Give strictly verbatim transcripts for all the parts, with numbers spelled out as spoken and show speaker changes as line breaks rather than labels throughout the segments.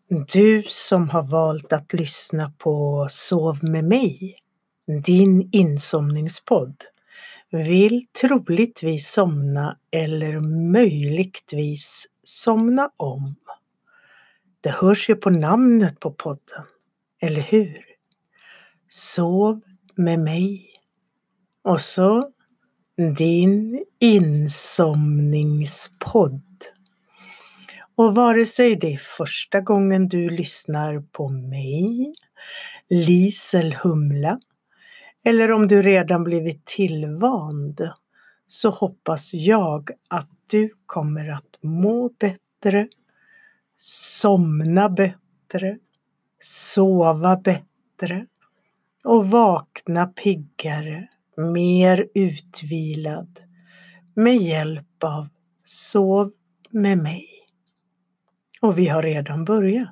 Du som har valt att lyssna på Sov med mig, din insomningspodd, vill troligtvis somna eller möjligtvis somna om. Det hörs ju på namnet på podden, eller hur? Sov med mig. Och så din insomningspodd. Och vare sig det är första gången du lyssnar på mig, Lisel Humla, eller om du redan blivit tillvand, så hoppas jag att du kommer att må bättre, somna bättre, sova bättre och vakna piggare, mer utvilad med hjälp av Sov med mig. Och vi har redan börjat.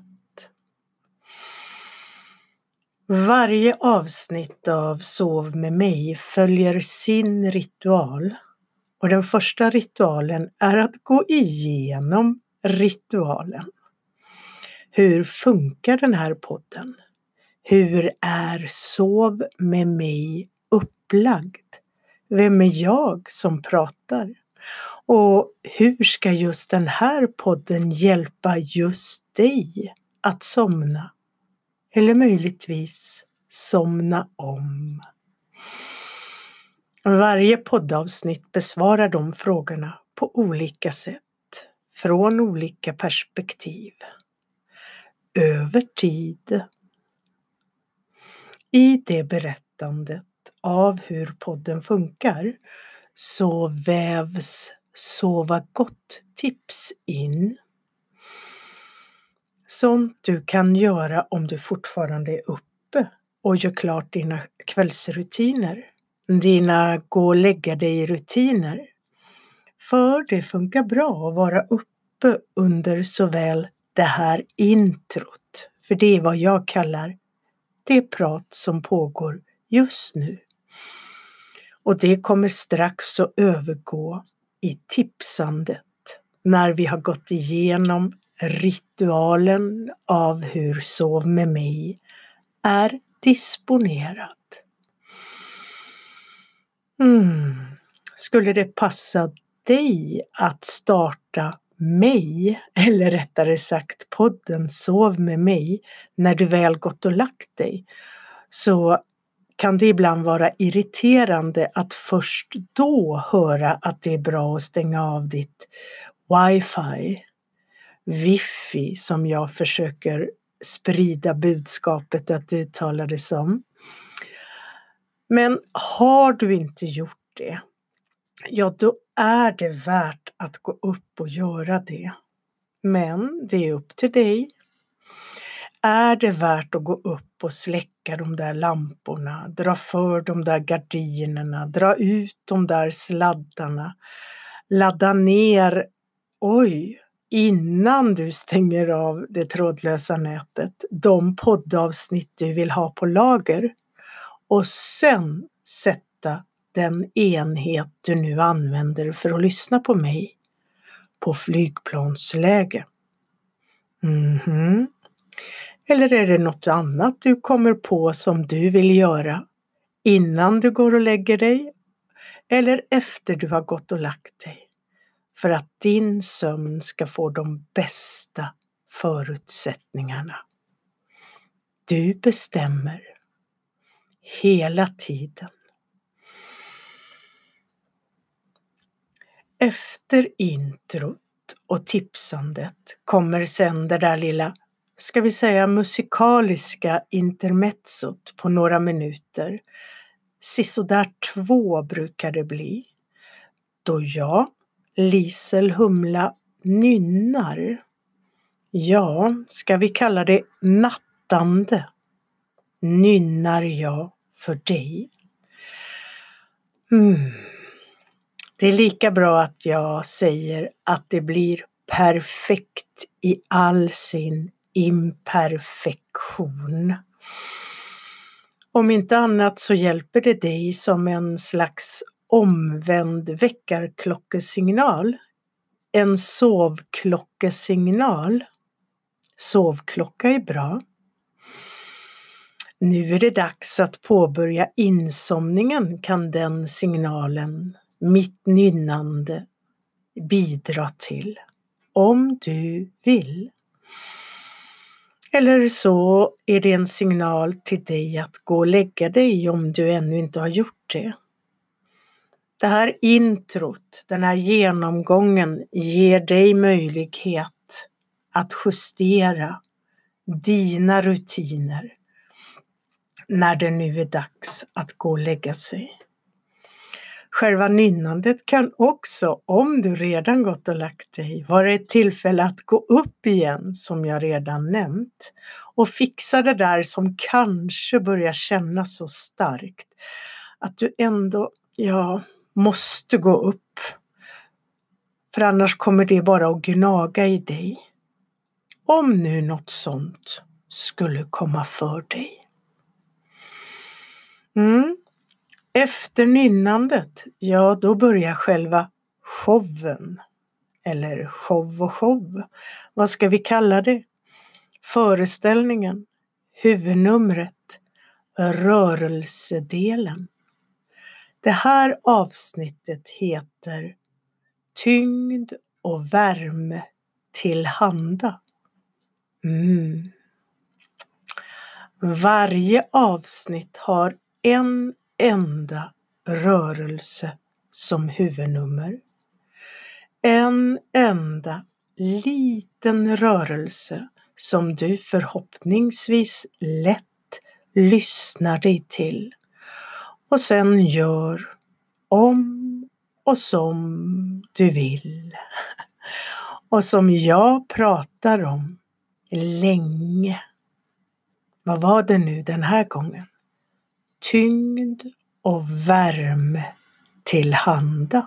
Varje avsnitt av Sov med mig följer sin ritual. Och den första ritualen är att gå igenom ritualen. Hur funkar den här podden? Hur är Sov med mig upplagd? Vem är jag som pratar? Och hur ska just den här podden hjälpa just dig att somna? Eller möjligtvis somna om. Varje poddavsnitt besvarar de frågorna på olika sätt. Från olika perspektiv. Över tid. I det berättandet av hur podden funkar så vävs sova gott-tips in. Sånt du kan göra om du fortfarande är uppe och gör klart dina kvällsrutiner. Dina gå och lägga dig-rutiner. För det funkar bra att vara uppe under såväl det här introt. För det är vad jag kallar det prat som pågår just nu. Och det kommer strax att övergå i tipsandet. När vi har gått igenom ritualen av hur Sov med mig är disponerad. Mm. Skulle det passa dig att starta mig, eller rättare sagt podden Sov med mig, när du väl gått och lagt dig, så kan det ibland vara irriterande att först då höra att det är bra att stänga av ditt wifi, wifi som jag försöker sprida budskapet att uttala det som. Men har du inte gjort det, ja då är det värt att gå upp och göra det. Men det är upp till dig. Är det värt att gå upp och släcka de där lamporna, dra för de där gardinerna, dra ut de där sladdarna, ladda ner, oj, innan du stänger av det trådlösa nätet, de poddavsnitt du vill ha på lager och sen sätta den enhet du nu använder för att lyssna på mig på flygplansläge. Mhm. Eller är det något annat du kommer på som du vill göra innan du går och lägger dig eller efter du har gått och lagt dig för att din sömn ska få de bästa förutsättningarna? Du bestämmer hela tiden. Efter introt och tipsandet kommer sen det där lilla, ska vi säga musikaliska intermezzot på några minuter. Sisådär två brukar det bli. Då jag, Lisel Humla, nynnar. Ja, ska vi kalla det nattande. Nynnar jag för dig. Mm. Det är lika bra att jag säger att det blir perfekt i all sin imperfektion. Om inte annat så hjälper det dig som en slags omvänd väckarklockesignal. En sovklockesignal sovklocka är bra. Nu är det dags att påbörja insomningen, kan den signalen, mitt nynnande, bidra till, om du vill. Eller så är det en signal till dig att gå och lägga dig om du ännu inte har gjort det. Det här introt, den här genomgången ger dig möjlighet att justera dina rutiner när det nu är dags att gå och lägga sig. Själva nynnandet kan också, om du redan gått och lagt dig, vara ett tillfälle att gå upp igen, som jag redan nämnt, och fixa det där som kanske börjar kännas så starkt att du ändå, ja, måste gå upp. För annars kommer det bara att gnaga i dig. Om nu något sånt skulle komma för dig. Mm. Efter nynnandet, ja då börjar själva showen. Eller show och show. Vad ska vi kalla det? Föreställningen, huvudnumret, rörelsedelen. Det här avsnittet heter Tyngd och värme tillhanda. Mm. Varje avsnitt har en enda rörelse som huvudnummer. En enda liten rörelse som du förhoppningsvis lätt lyssnar dig till och sen gör om och som du vill. Och som jag pratar om länge. Vad var det nu den här gången? Tyngd och värme tillhanda.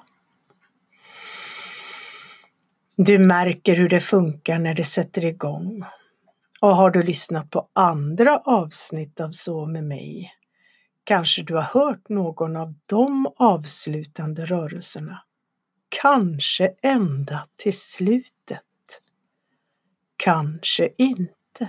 Du märker hur det funkar när det sätter igång. Och har du lyssnat på andra avsnitt av Så med mig, kanske du har hört någon av de avslutande rörelserna. Kanske ända till slutet. Kanske inte.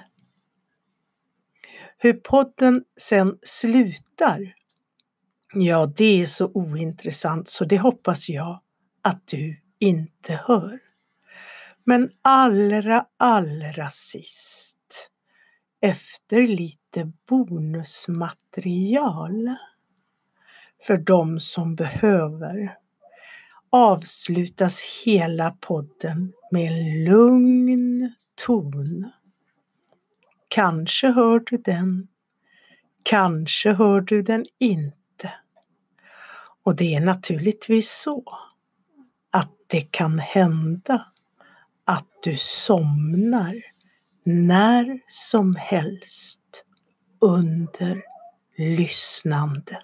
Hur podden sen slutar, ja det är så ointressant så det hoppas jag att du inte hör. Men allra, allra sist, efter lite bonusmaterial för de som behöver, avslutas hela podden med en lugn ton. Kanske hör du den, kanske hör du den inte. Och det är naturligtvis så att det kan hända att du somnar när som helst under lyssnandet.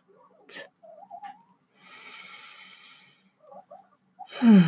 Hmm.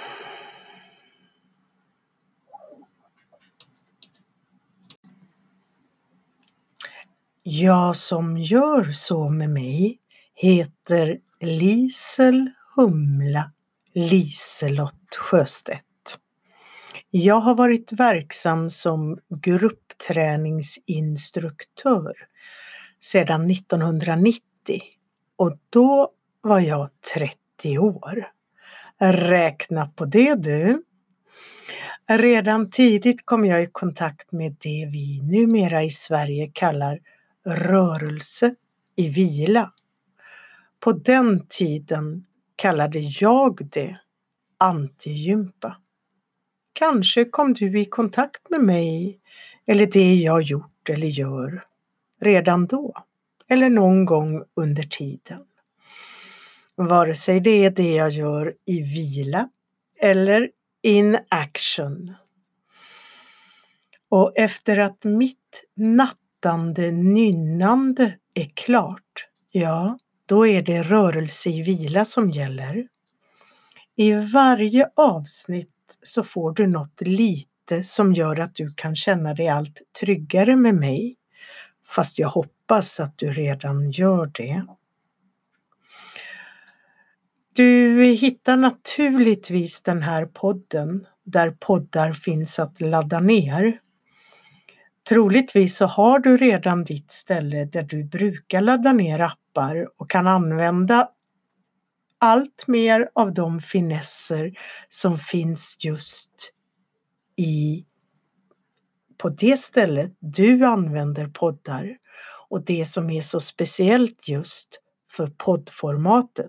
Jag som gör så med mig heter Lisel Humla Liselott Sjöstedt. Jag har varit verksam som gruppträningsinstruktör sedan nittonhundranittio och då var jag trettio år. Räkna på det du. Redan tidigt kom jag i kontakt med det vi numera i Sverige kallar rörelse i vila. På den tiden kallade jag det antigympa. Kanske kom du i kontakt med mig eller det jag gjort eller gör redan då eller någon gång under tiden. Vare sig det är det jag gör i vila eller in action. Och efter att mitt nattande nynnande är klart, ja, då är det rörelse i vila som gäller. I varje avsnitt så får du något lite som gör att du kan känna dig allt tryggare med mig. Fast jag hoppas att du redan gör det. Du hittar naturligtvis den här podden där poddar finns att ladda ner. Troligtvis så har du redan ditt ställe där du brukar ladda ner appar och kan använda allt mer av de finesser som finns just i på det stället du använder poddar och det som är så speciellt just för poddformatet.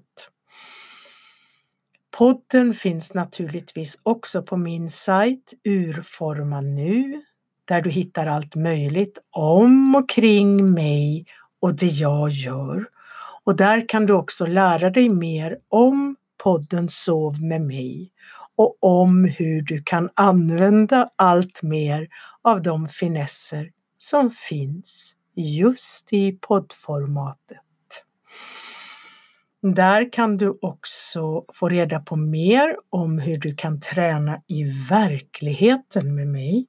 Podden finns naturligtvis också på min sajt Urforma nu, där du hittar allt möjligt om och kring mig och det jag gör. Och där kan du också lära dig mer om podden Sov med mig och om hur du kan använda allt mer av de finesser som finns just i poddformatet. Där kan du också få reda på mer om hur du kan träna i verkligheten med mig.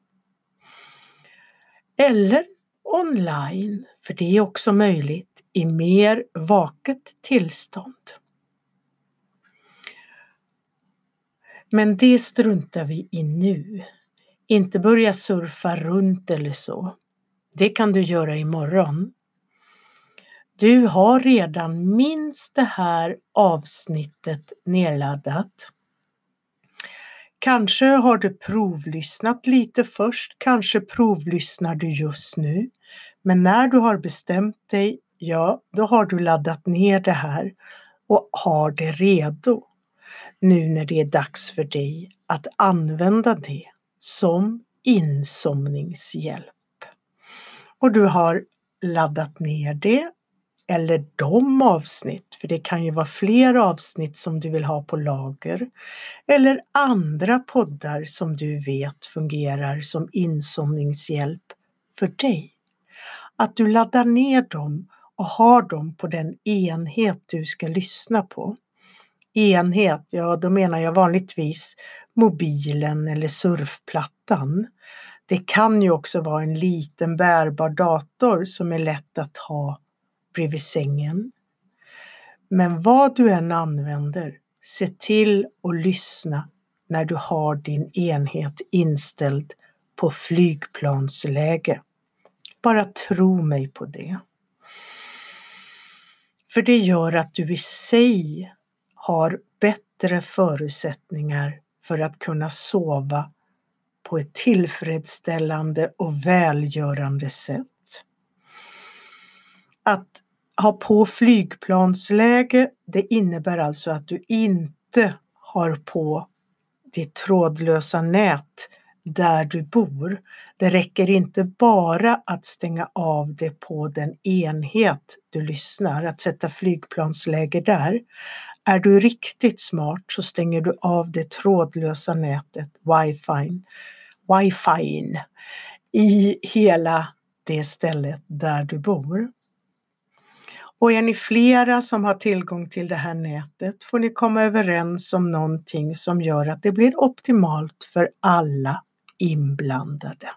Eller online, för det är också möjligt i mer vaket tillstånd. Men det struntar vi i nu. Inte börja surfa runt eller så. Det kan du göra imorgon. Du har redan minst det här avsnittet nedladdat. Kanske har du provlyssnat lite först, kanske provlyssnar du just nu. Men när du har bestämt dig, ja, då har du laddat ner det här och har det redo. Nu när det är dags för dig att använda det som insomningshjälp. Och du har laddat ner det eller de avsnitt, för det kan ju vara fler avsnitt som du vill ha på lager, eller andra poddar som du vet fungerar som insomningshjälp för dig. Att du laddar ner dem och har dem på den enhet du ska lyssna på. Enhet, ja då menar jag vanligtvis mobilen eller surfplattan. Det kan ju också vara en liten bärbar dator som är lätt att ha bredvid sängen. Men vad du än använder, se till att lyssna när du har din enhet inställd på flygplansläge. Bara tro mig på det. För det gör att du i sig har bättre förutsättningar för att kunna sova på ett tillfredsställande och välgörande sätt. Att ha på flygplansläge, det innebär alltså att du inte har på ditt trådlösa nät där du bor. Det räcker inte bara att stänga av det på den enhet du lyssnar, att sätta flygplansläge där. Är du riktigt smart så stänger du av det trådlösa nätet, wifi, wifi i hela det stället där du bor. Och är ni flera som har tillgång till det här nätet får ni komma överens om någonting som gör att det blir optimalt för alla inblandade.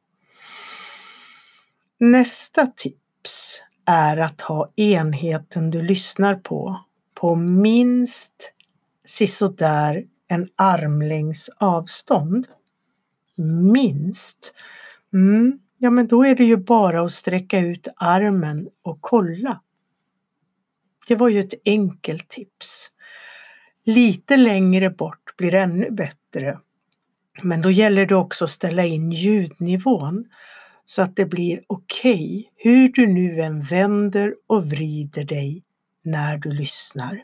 Nästa tips är att ha enheten du lyssnar på på minst sisådär en armlängds avstånd. Minst. Mm, ja men då är det ju bara att sträcka ut armen och kolla. Det var ju ett enkelt tips. Lite längre bort blir ännu bättre. Men då gäller det också att ställa in ljudnivån så att det blir okej hur du nu än vänder och vrider dig när du lyssnar.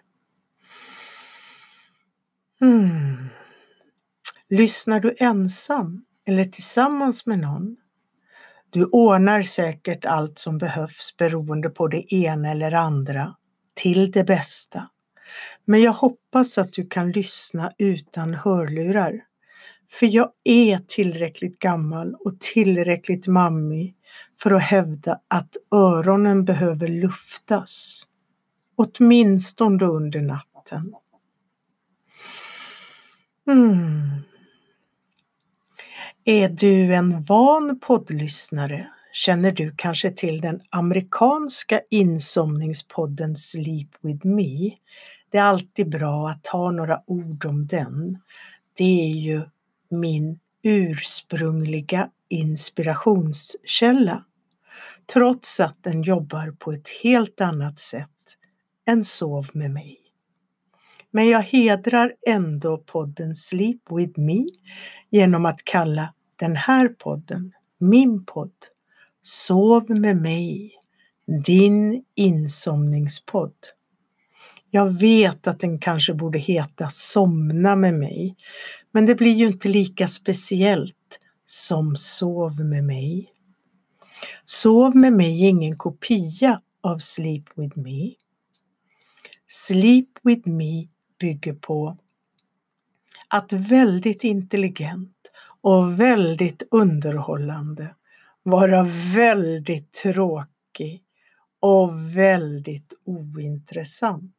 Hmm. Lyssnar du ensam eller tillsammans med någon? Du ordnar säkert allt som behövs beroende på det ena eller andra till det bästa. Men jag hoppas att du kan lyssna utan hörlurar. För jag är tillräckligt gammal och tillräckligt mammig för att hävda att öronen behöver luftas. Åtminstone under natten. Mm. Är du en van poddlyssnare känner du kanske till den amerikanska insomningspodden Sleep with me. Det är alltid bra att ta några ord om den. Det är ju min ursprungliga inspirationskälla, trots att den jobbar på ett helt annat sätt än Sov med mig. Men jag hedrar ändå podden Sleep with me genom att kalla den här podden, min podd, Sov med mig, din insomningspodd. Jag vet att den kanske borde heta Somna med mig, men det blir ju inte lika speciellt som Sov med mig. Sov med mig är ingen kopia av Sleep with me. Sleep with me bygger på att väldigt intelligent och väldigt underhållande vara väldigt tråkig och väldigt ointressant.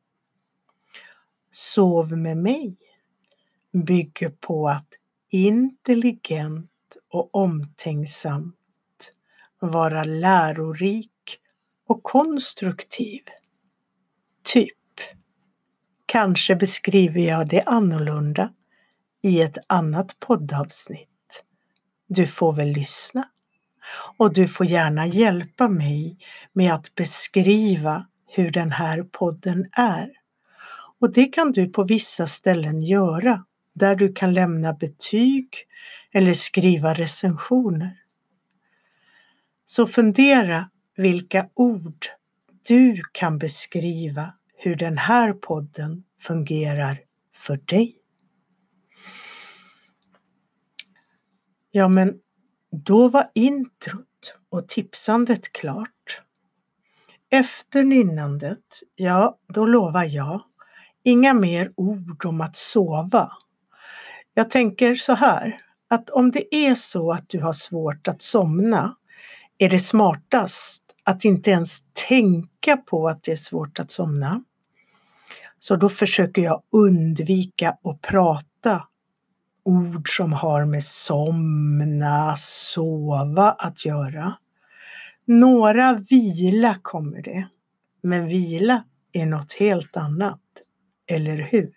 Sov med mig bygger på att intelligent och omtänksamt vara lärorik och konstruktiv. Typ. Kanske beskriver jag det annorlunda i ett annat poddavsnitt. Du får väl lyssna. Och du får gärna hjälpa mig med att beskriva hur den här podden är. Och det kan du på vissa ställen göra, där du kan lämna betyg eller skriva recensioner. Så fundera vilka ord du kan beskriva hur den här podden fungerar för dig. Ja, men då var introt och tipsandet klart. Efter nynnandet, ja, då lovar jag inga mer ord om att sova. Jag tänker så här, att om det är så att du har svårt att somna, är det smartast att inte ens tänka på att det är svårt att somna. Så då försöker jag undvika att prata ord som har med somna, sova att göra. Några vila kommer det, men vila är något helt annat, eller hur?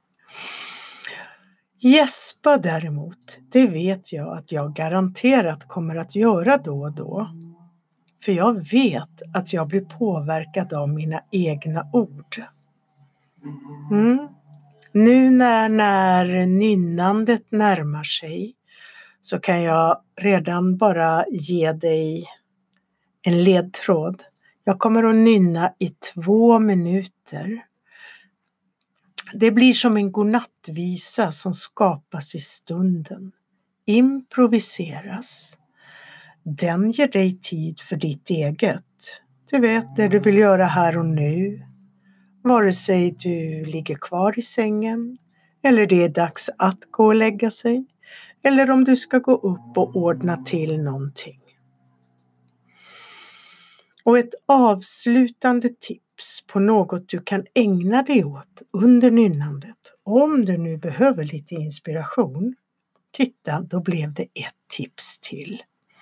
Gäspa däremot, det vet jag att jag garanterat kommer att göra då och då. För jag vet att jag blir påverkad av mina egna ord. Mm. Nu när, när nynnandet närmar sig så kan jag redan bara ge dig en ledtråd. Jag kommer att nynna i två minuter. Det blir som en godnattvisa som skapas i stunden. Improviseras. Den ger dig tid för ditt eget. Du vet det du vill göra här och nu. Vare sig du ligger kvar i sängen eller det är dags att gå och lägga sig. Eller om du ska gå upp och ordna till någonting. Och ett avslutande tips på något du kan ägna dig åt under nynnandet. Om du nu behöver lite inspiration. Titta, då blev det ett tips till.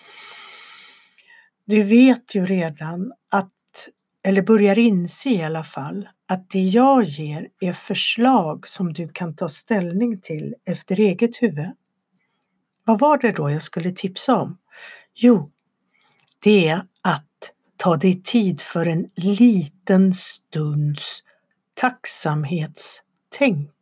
Du vet ju redan att, eller börjar inse i alla fall, att det jag ger är förslag som du kan ta ställning till efter eget huvud. Vad var det då jag skulle tipsa om? Jo, det är att ta dig tid för en liten stunds tacksamhetstänk.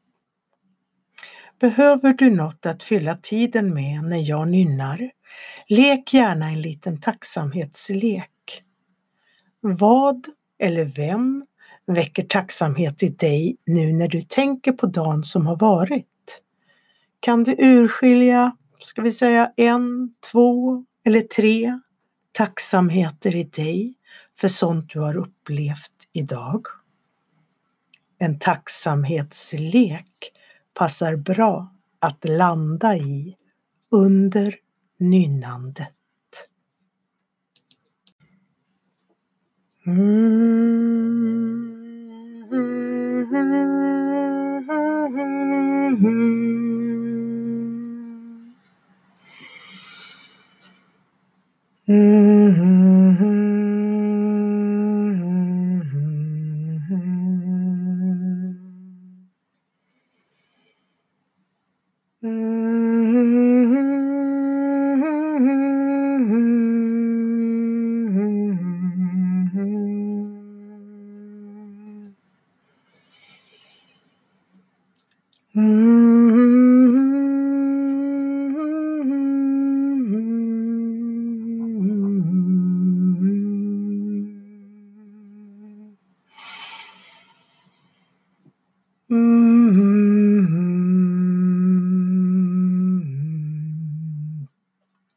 Behöver du något att fylla tiden med när jag nynnar? Lek gärna en liten tacksamhetslek. Vad eller vem väcker tacksamhet i dig nu när du tänker på dagen som har varit? Kan du urskilja, ska vi säga en, två eller tre tacksamheter i dig för sånt du har upplevt idag? En tacksamhetslek passar bra att landa i under nynnandet.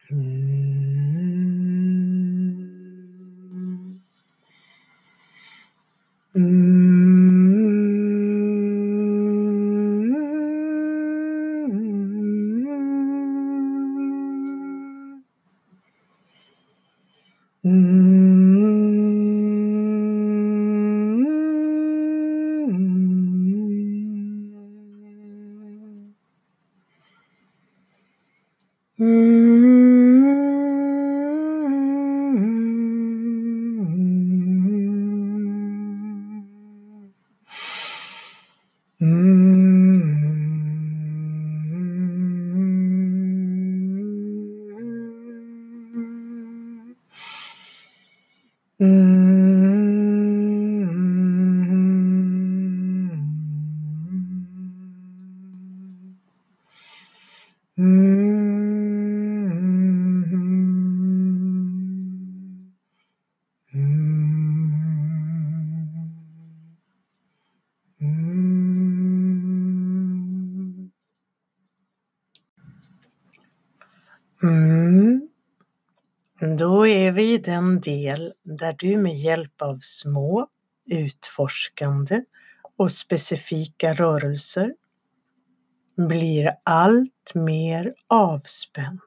Mm. Mm. Mm. Då är vi i den del där du med hjälp av små, utforskande och specifika rörelser blir allt mer avspänd.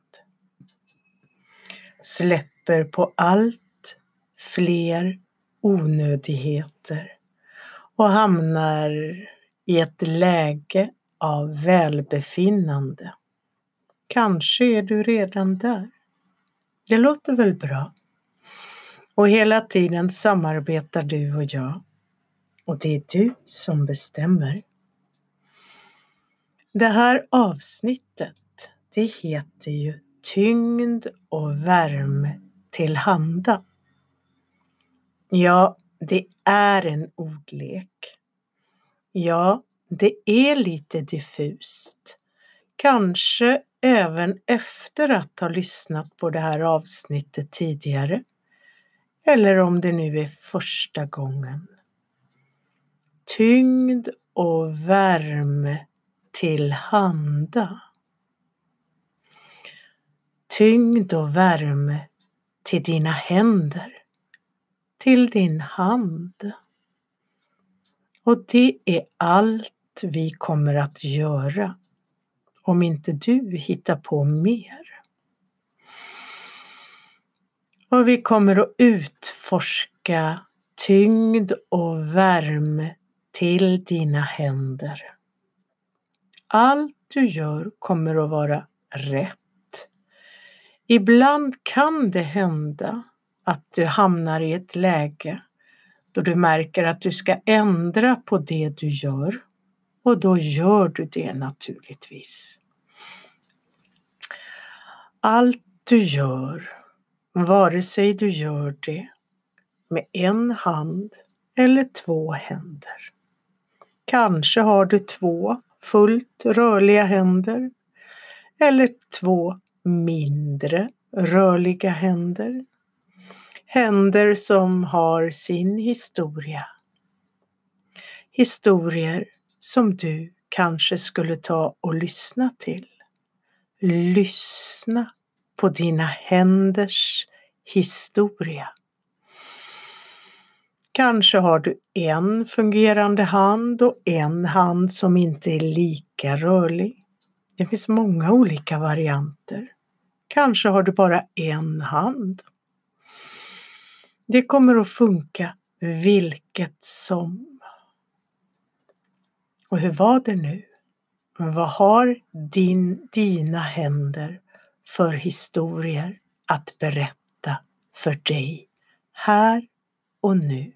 Släpper på allt fler onödigheter och hamnar i ett läge av välbefinnande. Kanske är du redan där. Det låter väl bra? Och hela tiden samarbetar du och jag. Och det är du som bestämmer. Det här avsnittet, det heter ju Tyngd och värme tillhanda. Ja, det är en ordlek. Ja, det är lite diffust. Kanske även efter att ha lyssnat på det här avsnittet tidigare. Eller om det nu är första gången. Tyngd och värme tillhanda. Tyngd och värme till dina händer. Till din hand. Och det är allt vi kommer att göra. Om inte du hittar på mer. Och vi kommer att utforska tyngd och värme till dina händer. Allt du gör kommer att vara rätt. Ibland kan det hända att du hamnar i ett läge då du märker att du ska ändra på det du gör. Och då gör du det naturligtvis. Allt du gör, vare sig du gör det med en hand eller två händer. Kanske har du två fullt rörliga händer eller två mindre rörliga händer. Händer som har sin historia. Historier som du kanske skulle ta och lyssna till. Lyssna på dina händers historia. Kanske har du en fungerande hand och en hand som inte är lika rörlig. Det finns många olika varianter. Kanske har du bara en hand. Det kommer att funka vilket som. Och hur var det nu? Vad har din, dina händer för historier att berätta för dig här och nu?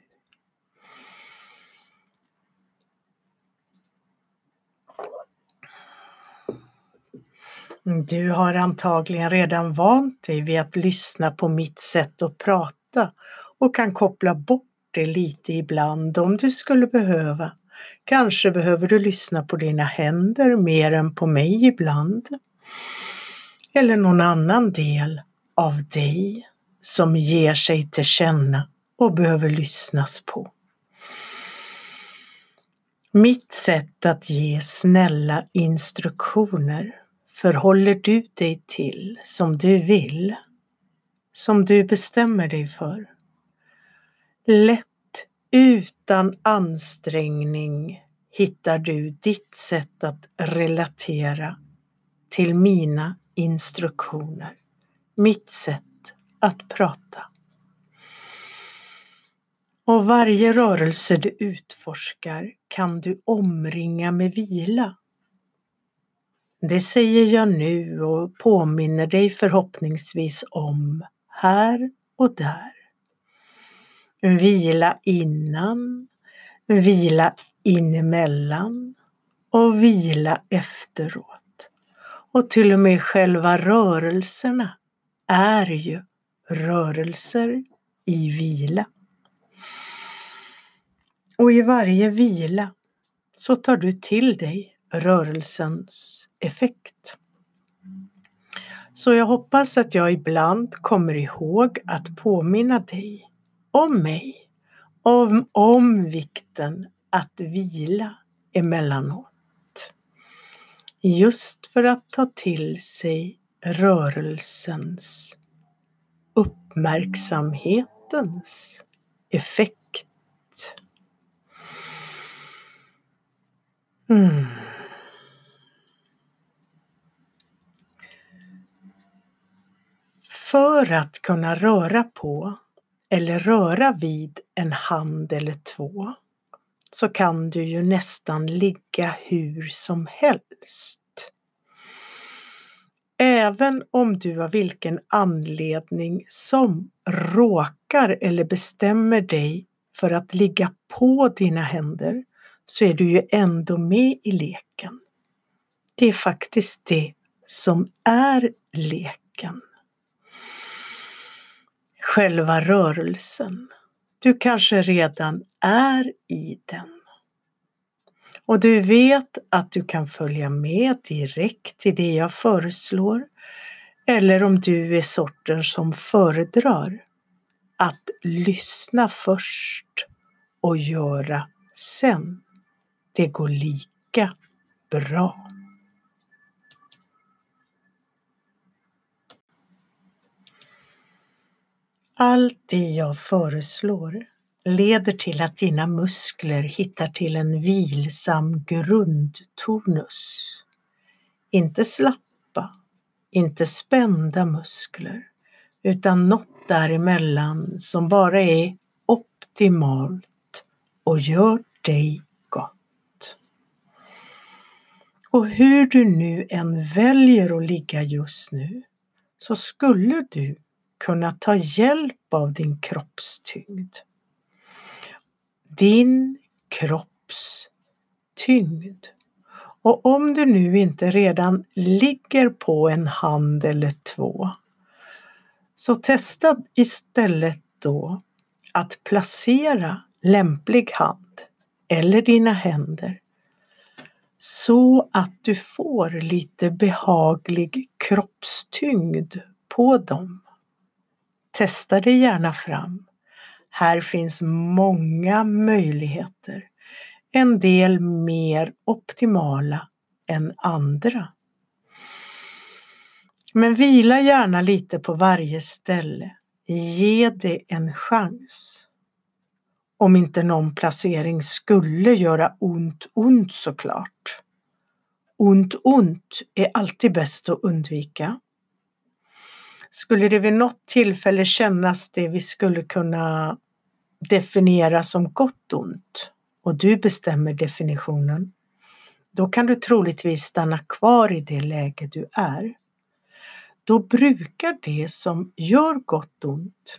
Du har antagligen redan vant dig vid att lyssna på mitt sätt att prata och kan koppla bort det lite ibland om du skulle behöva. Kanske behöver du lyssna på dina händer mer än på mig ibland. Eller någon annan del av dig som ger sig till känna och behöver lyssnas på. Mitt sätt att ge snälla instruktioner förhåller du dig till som du vill, som du bestämmer dig för. Lätt, utan ansträngning, hittar du ditt sätt att relatera till mina instruktioner, mitt sätt att prata. Och varje rörelse du utforskar kan du omringa med vila. Det säger jag nu och påminner dig förhoppningsvis om här och där. Vila innan, vila inemellan och vila efteråt. Och till och med själva rörelserna är ju rörelser i vila. Och i varje vila så tar du till dig rörelsens effekt. Så jag hoppas att jag ibland kommer ihåg att påminna dig om mig, om, om vikten att vila emellanåt. Just för att ta till sig rörelsens, uppmärksamhetens effekt. Mm. För att kunna röra på eller röra vid en hand eller två så kan du ju nästan ligga hur som helst. Även om du av vilken anledning som råkar eller bestämmer dig för att ligga på dina händer så är du ju ändå med i leken. Det är faktiskt det som är leken. Själva rörelsen. Du kanske redan är i den. Och du vet att du kan följa med direkt i det jag föreslår. Eller om du är sorten som föredrar att lyssna först och göra sen. Det går lika bra. Allt det jag föreslår leder till att dina muskler hittar till en vilsam grundtonus. Inte slappa, inte spända muskler, utan något däremellan som bara är optimalt och gör dig gott. Och hur du nu än väljer att ligga just nu så skulle du kunna ta hjälp av din kroppstyngd. Din kroppstyngd. Och om du nu inte redan ligger på en hand eller två så testa istället då att placera lämplig hand eller dina händer så att du får lite behaglig kroppstyngd på dem. Testa det gärna fram. Här finns många möjligheter. En del mer optimala än andra. Men vila gärna lite på varje ställe. Ge det en chans. Om inte någon placering skulle göra ont ont såklart. Ont ont är alltid bäst att undvika. Skulle det vid något tillfälle kännas det vi skulle kunna definiera som gott ont och du bestämmer definitionen, då kan du troligtvis stanna kvar i det läge du är. Då brukar det som gör gott ont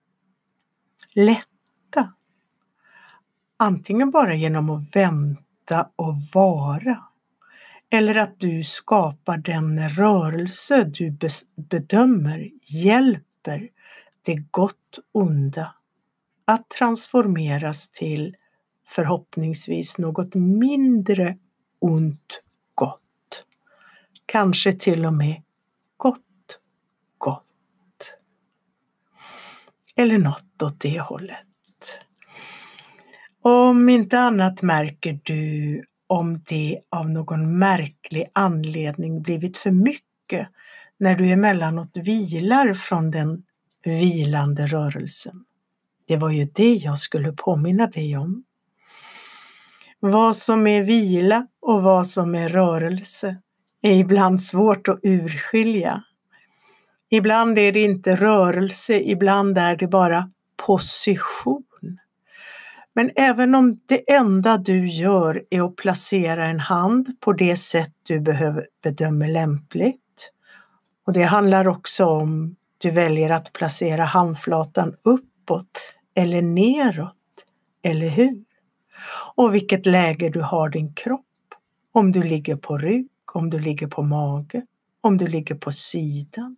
lätta. Antingen bara genom att vänta och vara. Eller att du skapar den rörelse du bedömer hjälper det gott onda att transformeras till förhoppningsvis något mindre ont gott. Kanske till och med gott gott. Eller något åt det hållet. Om inte annat märker du om det av någon märklig anledning blivit för mycket när du emellanåt vilar från den vilande rörelsen. Det var ju det jag skulle påminna dig om. Vad som är vila och vad som är rörelse är ibland svårt att urskilja. Ibland är det inte rörelse, ibland är det bara position. Men även om det enda du gör är att placera en hand på det sätt du behöver bedömer lämpligt, och det handlar också om du väljer att placera handflatan uppåt eller neråt, eller hur? Och vilket läge du har din kropp, om du ligger på rygg, om du ligger på mage, om du ligger på sidan.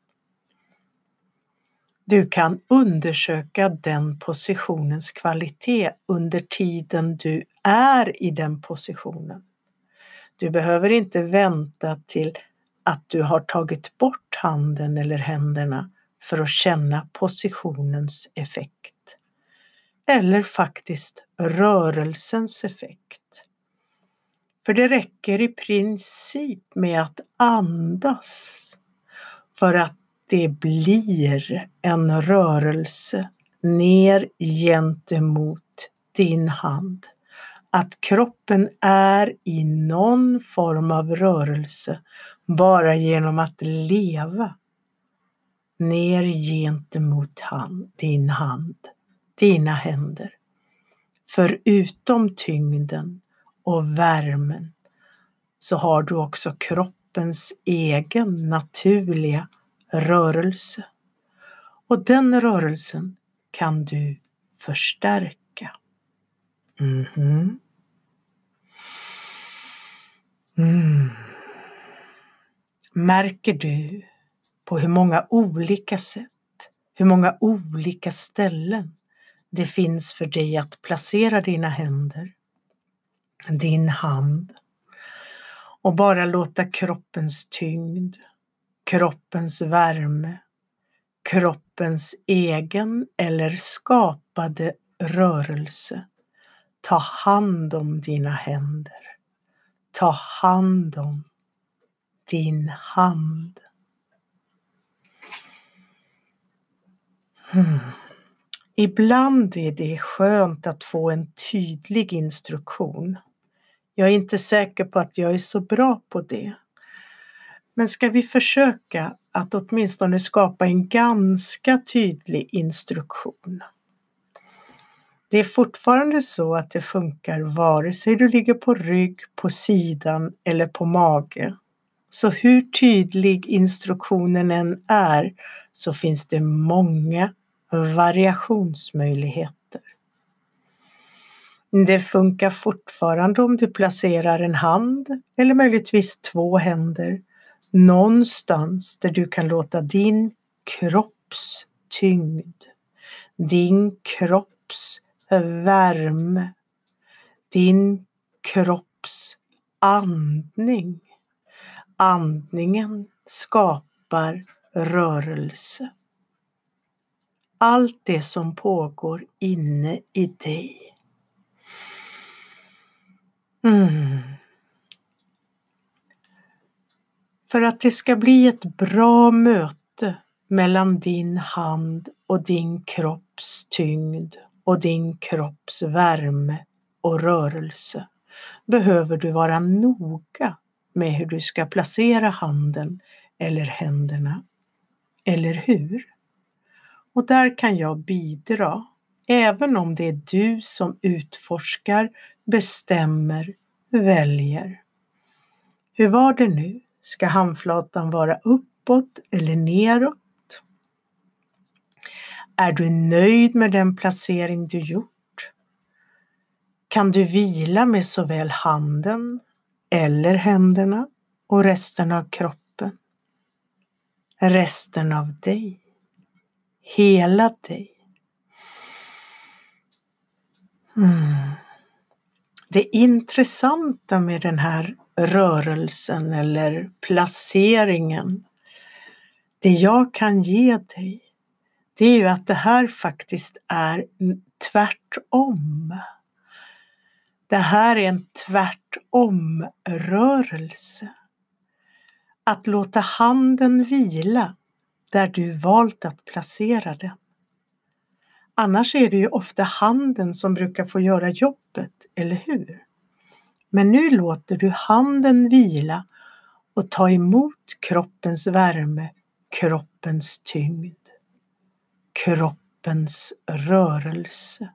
Du kan undersöka den positionens kvalitet under tiden du är i den positionen. Du behöver inte vänta till att du har tagit bort handen eller händerna för att känna positionens effekt. Eller faktiskt rörelsens effekt. För det räcker i princip med att andas för att det blir en rörelse ner gentemot din hand. Att kroppen är i någon form av rörelse bara genom att leva ner gentemot hand, din hand, dina händer. Förutom tyngden och värmen så har du också kroppens egen naturliga rörelse. Och den rörelsen kan du förstärka. Mm-hmm. Mm. Märker du på hur många olika sätt, hur många olika ställen det finns för dig att placera dina händer, din hand, och bara låta kroppens tyngd, kroppens värme, kroppens egen eller skapade rörelse ta hand om dina händer. Ta hand om din hand. Hmm. Ibland är det skönt att få en tydlig instruktion. Jag är inte säker på att jag är så bra på det. Men ska vi försöka att åtminstone skapa en ganska tydlig instruktion? Det är fortfarande så att det funkar vare sig du ligger på rygg, på sidan eller på mage. Så hur tydlig instruktionen än är så finns det många variationsmöjligheter. Det funkar fortfarande om du placerar en hand eller möjligtvis två händer någonstans där du kan låta din kropps tyngd, din kropps värme, din kropps andning. Andningen skapar rörelse. Allt det som pågår inne i dig. Mm. För att det ska bli ett bra möte mellan din hand och din kropps tyngd och din kropps värme och rörelse behöver du vara noga med hur du ska placera handen eller händerna, eller hur? Och där kan jag bidra, även om det är du som utforskar, bestämmer, väljer. Hur var det nu? Ska handflatan vara uppåt eller neråt? Är du nöjd med den placering du gjort? Kan du vila med såväl handen eller händerna och resten av kroppen? Resten av dig. Hela dig. Mm. Det intressanta med den här rörelsen eller placeringen, det jag kan ge dig, det är ju att det här faktiskt är tvärtom. Det här är en tvärtom-rörelse. Att låta handen vila där du valt att placera den. Annars är det ju ofta handen som brukar få göra jobbet, eller hur? Men nu låter du handen vila och ta emot kroppens värme, kroppens tyngd, kroppens rörelse.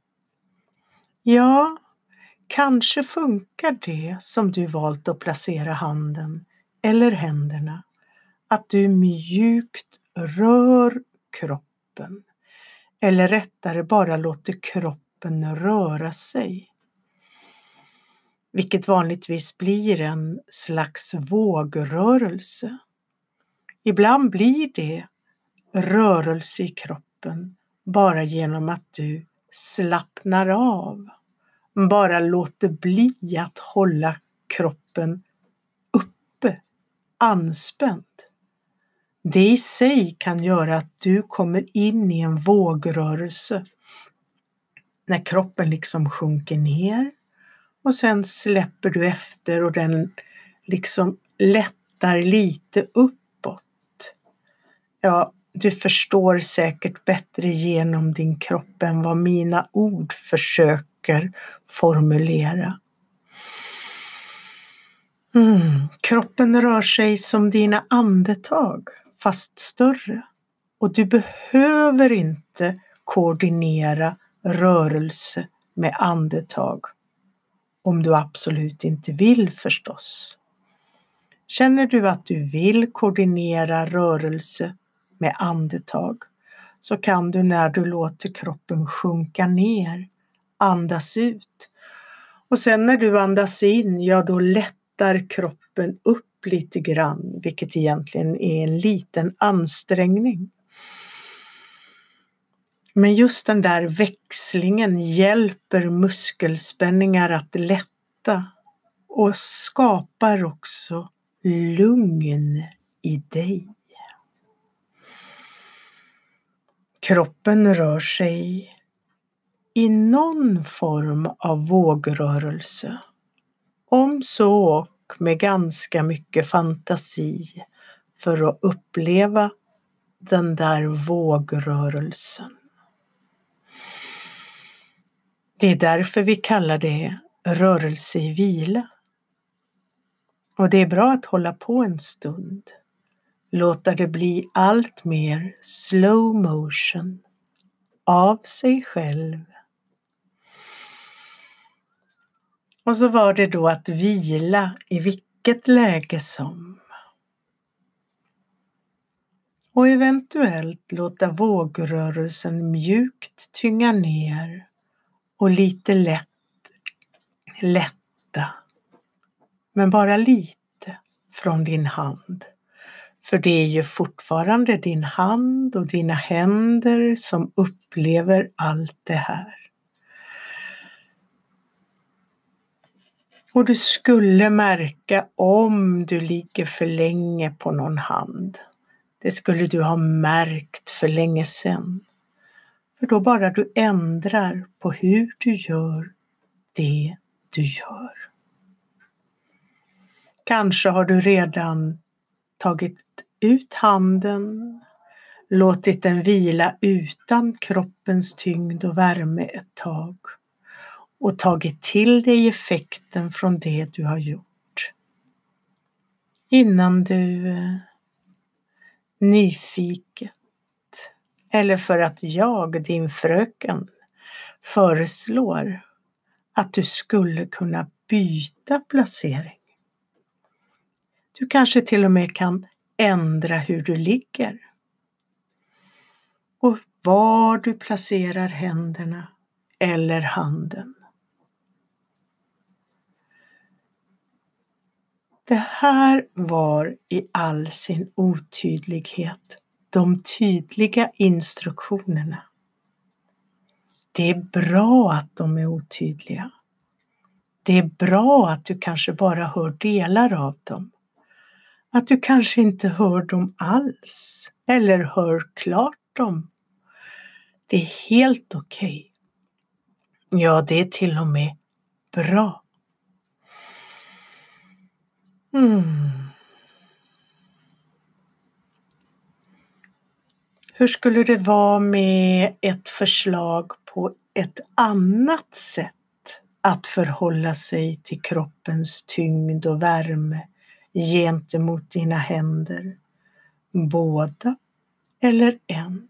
Ja, kanske funkar det som du valt att placera handen eller händerna, att du mjukt rör kroppen, eller rättare bara låter kroppen röra sig. Vilket vanligtvis blir en slags vågrörelse. Ibland blir det rörelse i kroppen bara genom att du slappnar av. Bara låter bli att hålla kroppen uppe, anspänd. Det i sig kan göra att du kommer in i en vågrörelse. När kroppen liksom sjunker ner och sen släpper du efter och den liksom lättar lite uppåt. Ja, du förstår säkert bättre genom din kropp än vad mina ord försöker formulera. Mm. Kroppen rör sig som dina andetag, fast större. Och du behöver inte koordinera rörelse med andetag. Om du absolut inte vill förstås. Känner du att du vill koordinera rörelse med andetag, så kan du när du låter kroppen sjunka ner andas ut. Och sen när du andas in, ja då lättar kroppen upp lite grann, vilket egentligen är en liten ansträngning. Men just den där växlingen hjälper muskelspänningar att lätta och skapar också lugn i dig. Kroppen rör sig i någon form av vågrörelse. Om så och med ganska mycket fantasi för att uppleva den där vågrörelsen. Det är därför vi kallar det rörelse i vila. Och det är bra att hålla på en stund. Låta det bli allt mer slow motion av sig själv. Och så var det då att vila i vilket läge som. Och eventuellt låta vågrörelsen mjukt tynga ner och lite lätt lätta. Men bara lite från din hand. För det är ju fortfarande din hand och dina händer som upplever allt det här. Och du skulle märka om du ligger för länge på någon hand. Det skulle du ha märkt för länge sedan. För då bara du ändrar på hur du gör det du gör. Kanske har du redan tagit ut handen, låtit den vila utan kroppens tyngd och värme ett tag och tagit till dig effekten från det du har gjort. Innan du eh, nyfiket eller för att jag, din fröken, föreslår att du skulle kunna byta placering. Du kanske till och med kan ändra hur du ligger och var du placerar händerna eller handen. Det här var i all sin otydlighet de tydliga instruktionerna. Det är bra att de är otydliga. Det är bra att du kanske bara hör delar av dem. Att du kanske inte hör dem alls eller hör klart dem. Det är helt okej. Ja, det är till och med Bra. Mm. Hur skulle det vara med ett förslag på ett annat sätt att förhålla sig till kroppens tyngd och värme gentemot dina händer? Båda eller en?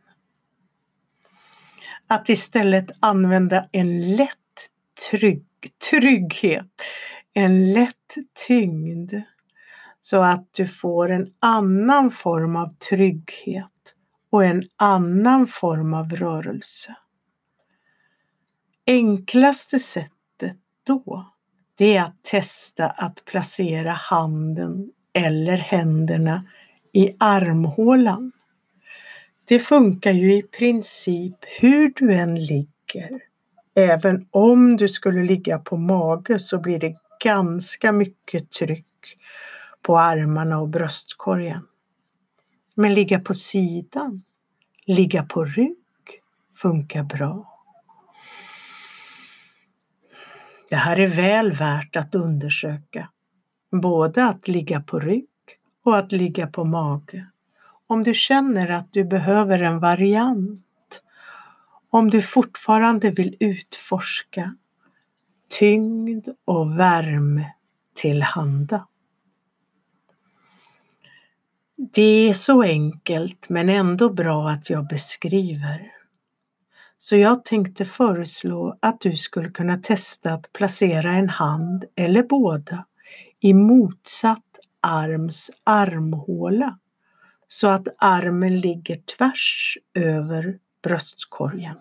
Att istället använda en lätt trygg, trygghet, en lätt tyngd, så att du får en annan form av trygghet och en annan form av rörelse. Enklaste sättet då, det är att testa att placera handen eller händerna i armhålan. Det funkar ju i princip hur du än ligger. Även om du skulle ligga på mage så blir det ganska mycket tryck på armarna och bröstkorgen. Men ligga på sidan, ligga på rygg funkar bra. Det här är väl värt att undersöka. Både att ligga på rygg och att ligga på mage. Om du känner att du behöver en variant. Om du fortfarande vill utforska tyngd och värme tillhanda. Det är så enkelt men ändå bra att jag beskriver. Så jag tänkte föreslå att du skulle kunna testa att placera en hand eller båda i motsatt arms armhåla så att armen ligger tvärs över bröstkorgen.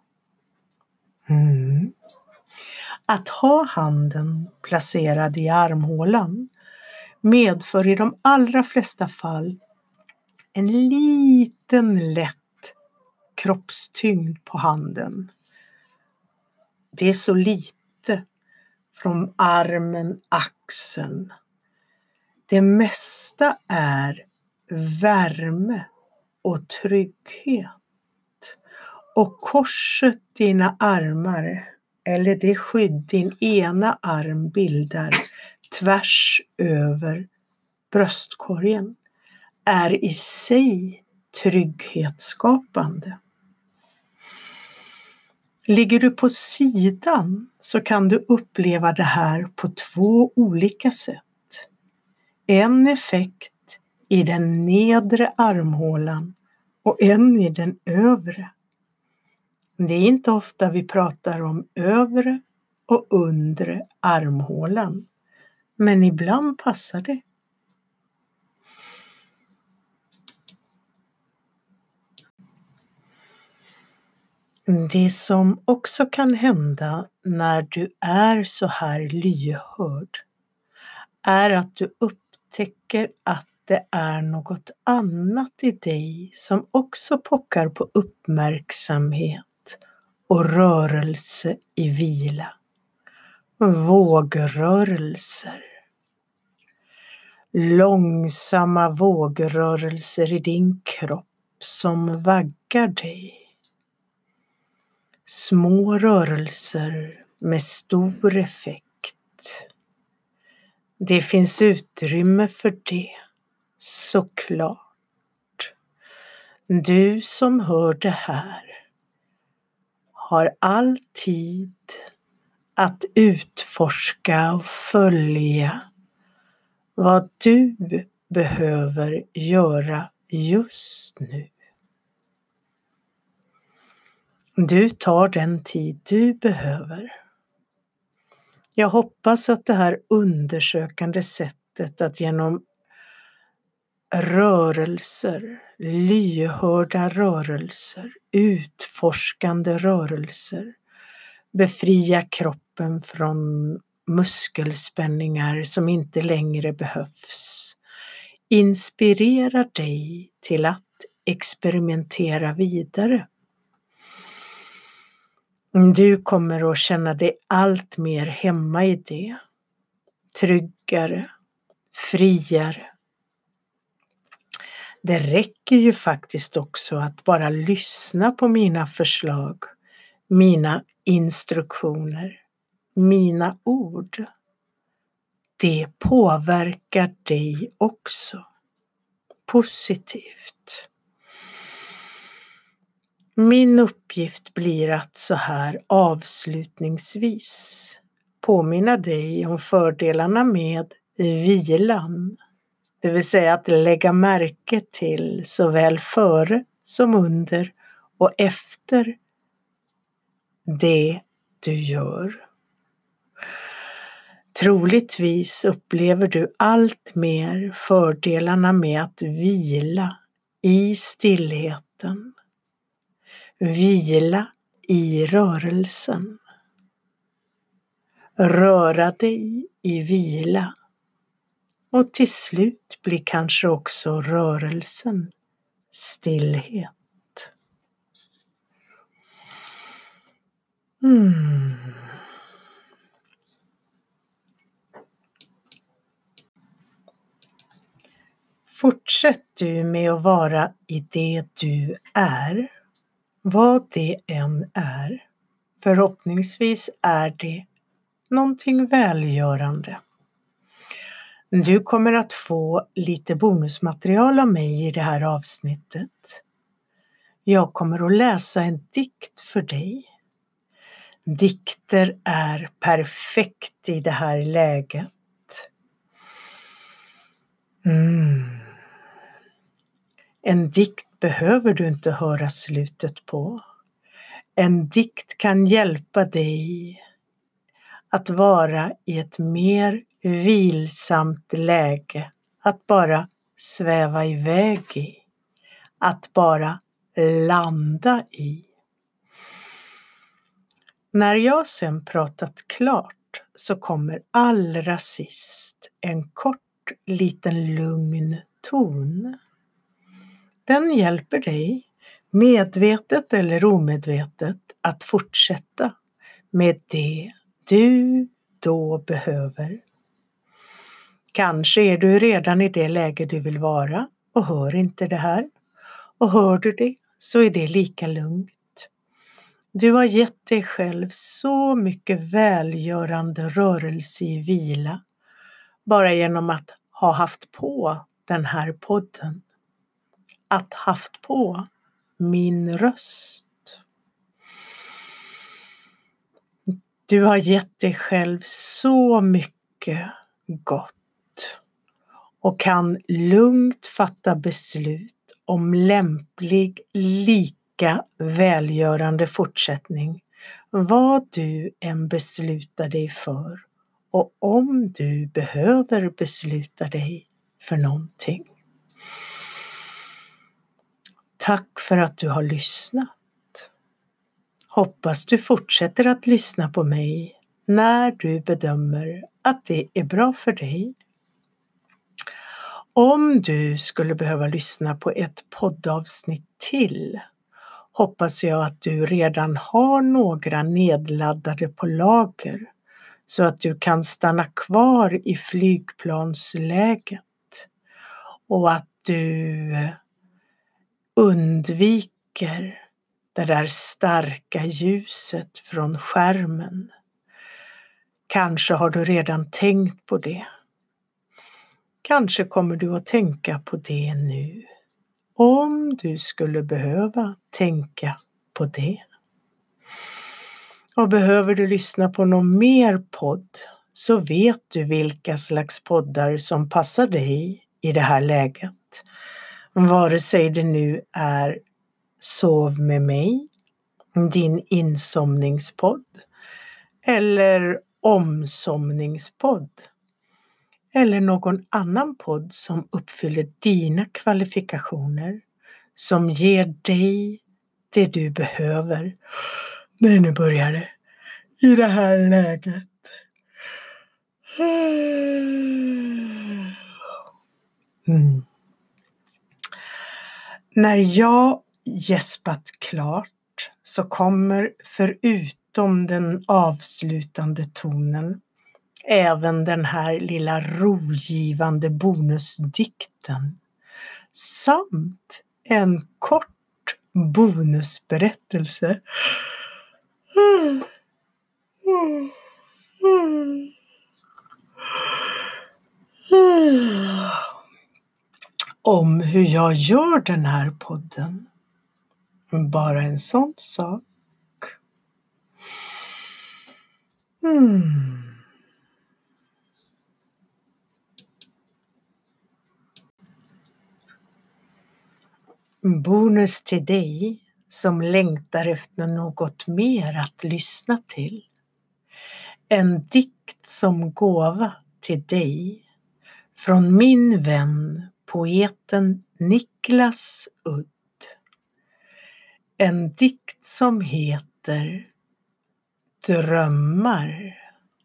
Mm. Att ha handen placerad i armhålan medför i de allra flesta fall en liten lätt kroppstyngd på handen. Det är så lite från armen, axeln. Det mesta är värme och trygghet. Och korset dina armar, eller det skydd din ena arm bildar tvärs över bröstkorgen, är i sig trygghetsskapande. Ligger du på sidan så kan du uppleva det här på två olika sätt. En effekt i den nedre armhålan och en i den övre. Det är inte ofta vi pratar om övre och undre armhålan, men ibland passar det. Det som också kan hända när du är så här lyhörd är att du upptäcker att det är något annat i dig som också pockar på uppmärksamhet och rörelse i vila. Vågrörelser. Långsamma vågrörelser i din kropp som vaggar dig. Små rörelser med stor effekt. Det finns utrymme för det, såklart. Du som hör det här har all tid att utforska och följa vad du behöver göra just nu. Du tar den tid du behöver. Jag hoppas att det här undersökande sättet att genom rörelser, lyhörda rörelser, utforskande rörelser, befria kroppen från muskelspänningar som inte längre behövs, inspirerar dig till att experimentera vidare. Du kommer att känna dig allt mer hemma i det, tryggare, friare. Det räcker ju faktiskt också att bara lyssna på mina förslag, mina instruktioner. mina ord, det påverkar dig också positivt. Min uppgift blir att så här avslutningsvis påminna dig om fördelarna med vilan. Det vill säga att lägga märke till såväl före som under och efter det du gör. Troligtvis upplever du allt mer fördelarna med att vila i stillheten. Vila i rörelsen. Röra dig i vila. Och till slut blir kanske också rörelsen stillhet. Mm. Fortsätt du med att vara i det du är, vad det än är. Förhoppningsvis är det någonting välgörande. Du kommer att få lite bonusmaterial av mig i det här avsnittet. Jag kommer att läsa en dikt för dig. Dikter är perfekt i det här läget. Mm. En dikt behöver du inte höra slutet på. En dikt kan hjälpa dig att vara i ett mer vilsamt läge. Att bara sväva iväg i. Att bara landa i. När jag sen pratat klart så kommer allra sist en kort liten lugn ton. Den hjälper dig, medvetet eller omedvetet, att fortsätta med det du då behöver. Kanske är du redan i det läge du vill vara och hör inte det här. Och hör du det så är det lika lugnt. Du har gett dig själv så mycket välgörande rörelse i vila bara genom att ha haft på den här podden. Att haft på min röst. Du har gett dig själv så mycket gott och kan lugnt fatta beslut om lämplig, lika välgörande fortsättning, vad du än beslutar dig för och om du behöver besluta dig för någonting. Tack för att du har lyssnat. Hoppas du fortsätter att lyssna på mig när du bedömer att det är bra för dig. Om du skulle behöva lyssna på ett poddavsnitt till hoppas jag att du redan har några nedladdade på lager så att du kan stanna kvar i flygplansläget och att du undviker det där starka ljuset från skärmen. Kanske har du redan tänkt på det. Kanske kommer du att tänka på det nu. Om du skulle behöva tänka på det. Och behöver du lyssna på någon mer podd så vet du vilka slags poddar som passar dig i det här läget. Vare sig det nu är Sov med mig, din insomningspodd eller omsomningspodd eller någon annan podd som uppfyller dina kvalifikationer som ger dig det du behöver. Nej, nu börjar det i det här läget. Mm. När jag gäspat klart så kommer förutom den avslutande tonen även den här lilla rogivande bonusdikten samt en kort bonusberättelse. om hur jag gör den här podden. Bara en sån sak. Hmm. Bonus till dig som längtar efter något mer att lyssna till. En dikt som gåva till dig från min vän poeten Niklas Udd. En dikt som heter Drömmar.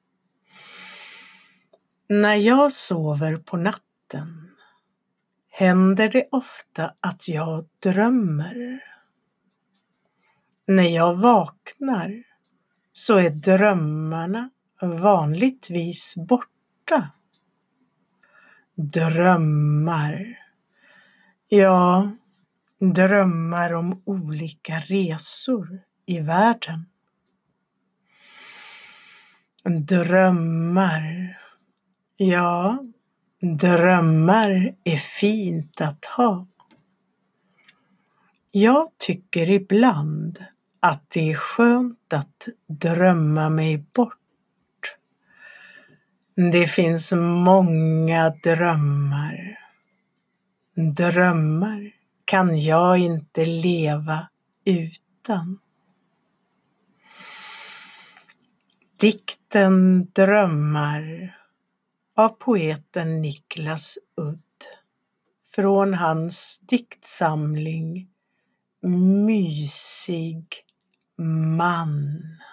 När jag sover på natten händer det ofta att jag drömmer. När jag vaknar så är drömmarna vanligtvis borta. Drömmar. Ja, drömmar om olika resor i världen. Drömmar. Ja, drömmar är fint att ha. Jag tycker ibland att det är skönt att drömma mig bort. Det finns många drömmar. Drömmar kan jag inte leva utan. Dikten Drömmar av poeten Niklas Udd från hans diktsamling Mysig man.